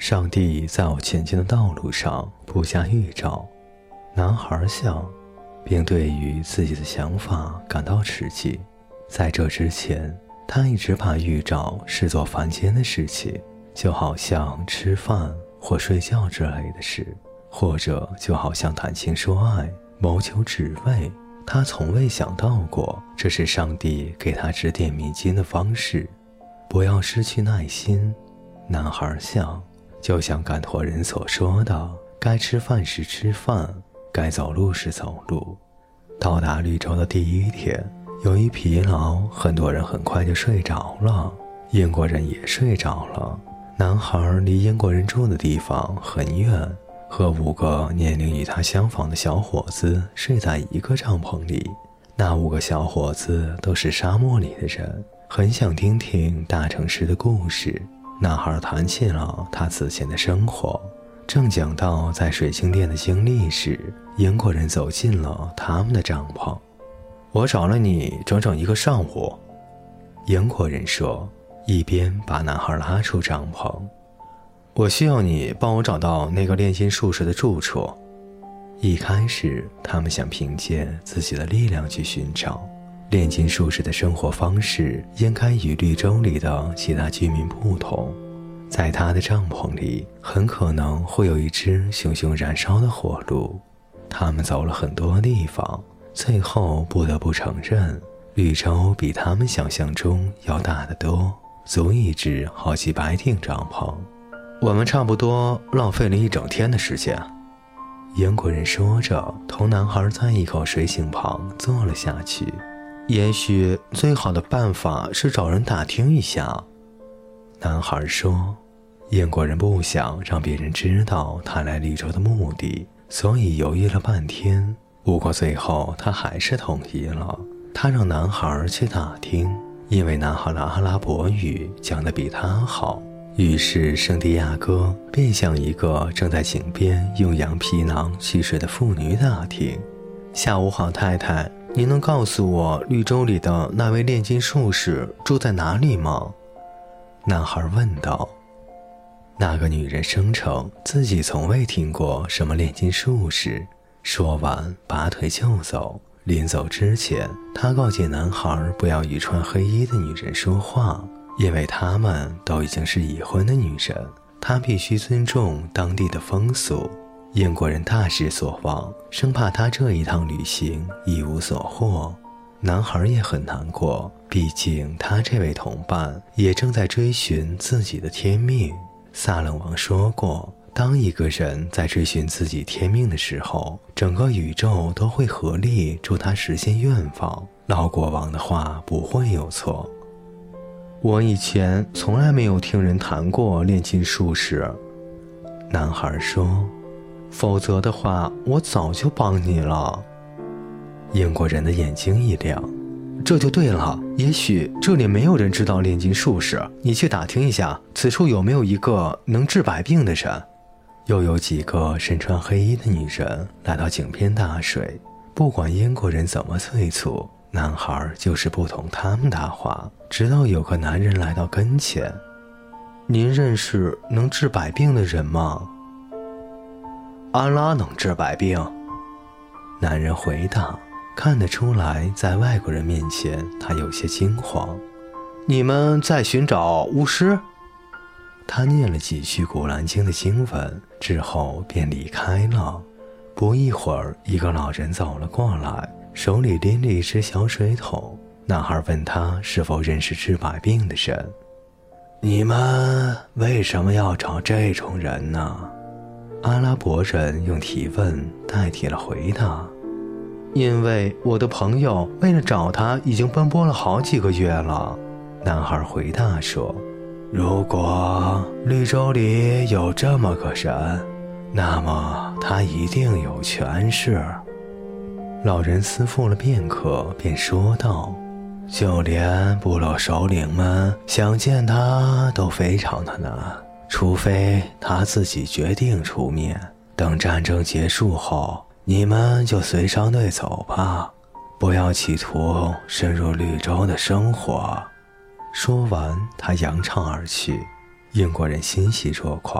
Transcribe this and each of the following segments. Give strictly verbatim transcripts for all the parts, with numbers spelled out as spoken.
上帝在我前进的道路上布下预兆。男孩想，并对于自己的想法感到吃惊。在这之前，他一直把预兆视作凡间的事情，就好像吃饭或睡觉之类的事，或者就好像谈情说爱、谋求职位。他从未想到过，这是上帝给他指点迷津的方式。不要失去耐心，男孩想，就像干陀人所说的，该吃饭时吃饭，该走路时走路。到达绿洲的第一天，由于疲劳，很多人很快就睡着了，英国人也睡着了。男孩离英国人住的地方很远，和五个年龄与他相仿的小伙子睡在一个帐篷里。那五个小伙子都是沙漠里的人，很想听听大城市的故事。男孩谈起了他此前的生活，正讲到在水晶店的经历时，英国人走进了他们的帐篷。我找了你整整一个上午，英国人说，一边把男孩拉出帐篷。我需要你帮我找到那个炼金术士的住处。一开始，他们想凭借自己的力量去寻找。炼金术士的生活方式应该与绿洲里的其他居民不同。在他的帐篷里，很可能会有一只熊熊燃烧的火炉。他们走了很多地方，最后不得不承认，绿洲比他们想象中要大得多，足以支好几百顶帐篷。我们差不多浪费了一整天的时间。英国人说着，同男孩在一口水井旁坐了下去。也许最好的办法是找人打听一下，男孩说。英国人不想让别人知道他来绿洲的目的，所以犹豫了半天。不过最后他还是同意了。他让男孩去打听，因为男孩的阿拉伯语讲得比他好。于是圣地亚哥便向一个正在井边用羊皮囊蓄水的妇女打听。下午好，太太，您能告诉我绿洲里的那位炼金术士住在哪里吗？男孩问道。那个女人声称自己从未听过什么炼金术士，说完拔腿就走。临走之前，她告诫男孩不要与穿黑衣的女人说话，因为她们都已经是已婚的女人，他必须尊重当地的风俗。英国人大失所望，生怕他这一趟旅行一无所获。男孩也很难过，毕竟他这位同伴也正在追寻自己的天命。萨冷王说过，当一个人在追寻自己天命的时候，整个宇宙都会合力助他实现愿望。老国王的话不会有错。我以前从来没有听人谈过炼金术士，男孩说，否则的话我早就帮你了。英国人的眼睛一亮，这就对了，也许这里没有人知道炼金术士，你去打听一下，此处有没有一个能治百病的人。又有几个身穿黑衣的女人来到井边打水，不管英国人怎么催促，男孩就是不同他们搭话，直到有个男人来到跟前。您认识能治百病的人吗？安拉能治百病，男人回答。看得出来，在外国人面前他有些惊慌。你们在寻找巫师？他念了几句古兰经的经文之后便离开了。不一会儿，一个老人走了过来，手里拎着一只小水桶。男孩问他是否认识治百病的人。你们为什么要找这种人呢？阿拉伯人用提问代替了回答。因为我的朋友为了找他已经奔波了好几个月了，男孩回答说。如果绿洲里有这么个人，那么他一定有权势。老人思忖了片刻便说道，就连部落首领们想见他都非常的难，除非他自己决定出面。等战争结束后，你们就随商队走吧，不要企图深入绿洲的生活。说完他扬长而去。英国人欣喜若狂，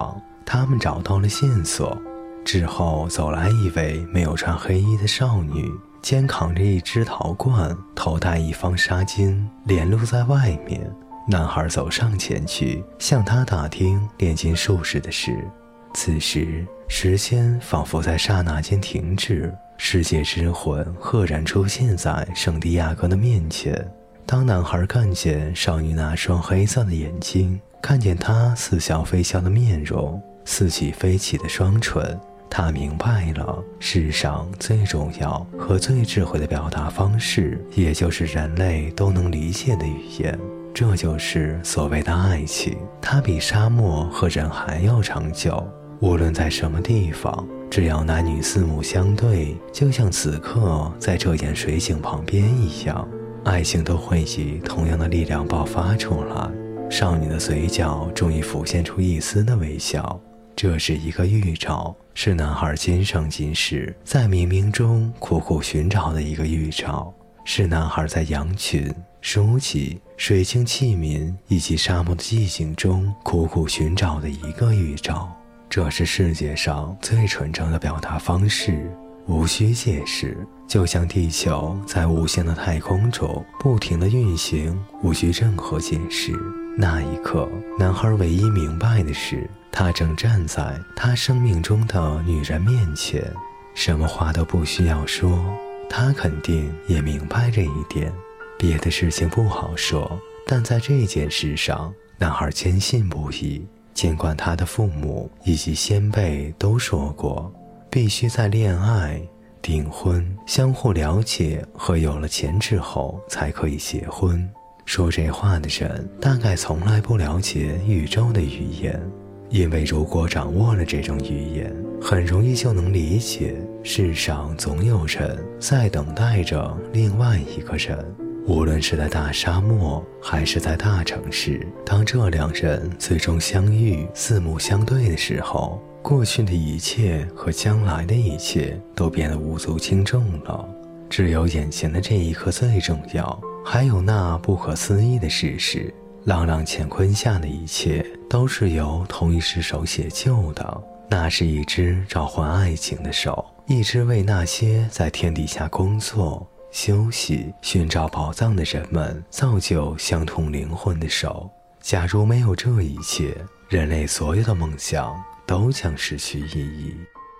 他们找到了线索。之后走来一位没有穿黑衣的少女，肩扛着一只陶罐，头戴一方纱巾，脸露在外面。男孩走上前去，向她打听炼金术士的事。此时时间仿佛在刹那间停止，世界之魂赫然出现在圣地亚哥的面前。当男孩看见少女那双黑色的眼睛，看见她似笑非笑的面容，似起非起的双唇，他明白了，世上最重要和最智慧的表达方式，也就是人类都能理解的语言。这就是所谓的爱情，它比沙漠和人还要长久。无论在什么地方，只要男女四目相对，就像此刻在这眼水井旁边一样，爱情都会以同样的力量爆发出来。少女的嘴角终于浮现出一丝的微笑，这是一个预兆，是男孩今生今世在冥冥中苦苦寻找的一个预兆，是男孩在羊群、书籍、水晶器皿以及沙漠的寂静中苦苦寻找的一个预兆。这是世界上最纯正的表达方式，无需解释，就像地球在无限的太空中不停地运行，无需任何解释。那一刻，男孩唯一明白的是，他正站在他生命中的女人面前，什么话都不需要说，他肯定也明白这一点。别的事情不好说，但在这件事上，男孩坚信不疑。尽管他的父母以及先辈都说过，必须在恋爱、订婚、相互了解和有了钱之后才可以结婚。说这话的人大概从来不了解宇宙的语言，因为如果掌握了这种语言，很容易就能理解世上总有人在等待着另外一个人。无论是在大沙漠还是在大城市，当这两人最终相遇、四目相对的时候，过去的一切和将来的一切都变得无足轻重了。只有眼前的这一刻最重要，还有那不可思议的事实，朗朗乾坤下的一切都是由同一只手写就的。那是一只召唤爱情的手，一只为那些在天底下工作、休息、寻找宝藏的人们造就相同灵魂的手。假如没有这一切，人类所有的梦想都将失去意义。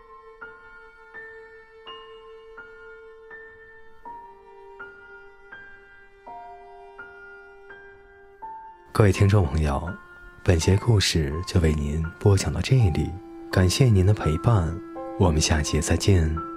各位听众朋友，本节故事就为您播讲到这里，感谢您的陪伴，我们下节再见。